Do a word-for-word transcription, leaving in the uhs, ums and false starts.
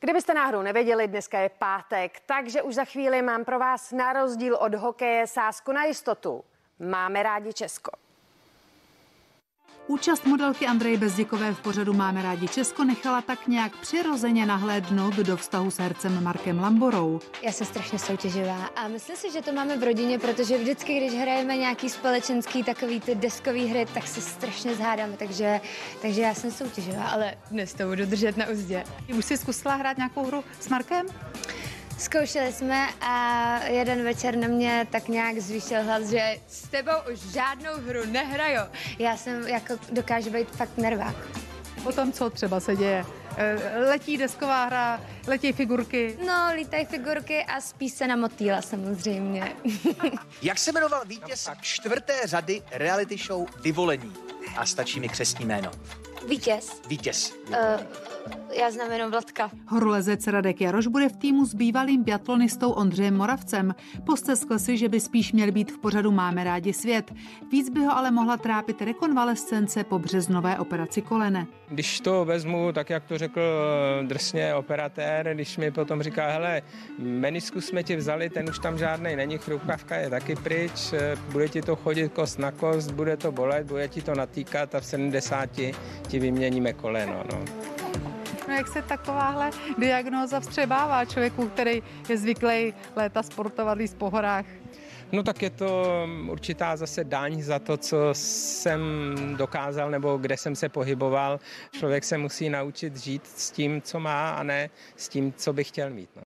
Kdybyste náhodou nevěděli, dneska je pátek, takže už za chvíli mám pro vás na rozdíl od hokeje sázku na jistotu. Máme rádi Česko. Účast modelky Andreje Bezděkové v pořadu Máme rádi Česko nechala tak nějak přirozeně nahlédnout do vztahu s hercem Markem Lamborou. Já jsem strašně soutěživá a myslím si, že to máme v rodině, protože vždycky, když hrajeme nějaký společenský takový ty deskový hry, tak se strašně zhádáme, takže, takže já jsem soutěživá, ale dnes to budu držet na uzdě. Už jsi zkusila hrát nějakou hru s Markem? Zkoušeli jsme a jeden večer na mě tak nějak zvýšil hlas, že s tebou už žádnou hru nehraju. Já jsem jako dokážu být fakt nervák. Potom co třeba se děje? Letí desková hra, letí figurky. No, lítají figurky a spí se na motýla samozřejmě. Jak se jmenoval vítěz čtvrté řady reality show Vyvolení? A stačí mi křestní jméno. Vítěz? Vítěz. Uh, já znám jenom Vladka. Horolezec Radek Jaroš bude v týmu s bývalým biatlonistou Ondřejem Moravcem. Posteskl si, že by spíš měl být v pořadu Máme rádi svět. Víc by ho ale mohla trápit rekonvalescence po březnové operaci kolene. Když to vezmu, tak jak to řekl drsně operatér, když mi potom říká, hele, meniskus jsme ti vzali, ten už tam žádnej není, chrupavka je taky pryč, bude ti to chodit kost na kost, bude to bolet, bude ti to natýkat a v sedmdesáti ti vyměníme koleno. No. No jak se takováhle diagnóza vstřebává člověku, který je zvyklý léta sportovat i po horách? No tak je to určitá zase daň za to, co jsem dokázal nebo kde jsem se pohyboval. Člověk se musí naučit žít s tím, co má a ne s tím, co by chtěl mít. No.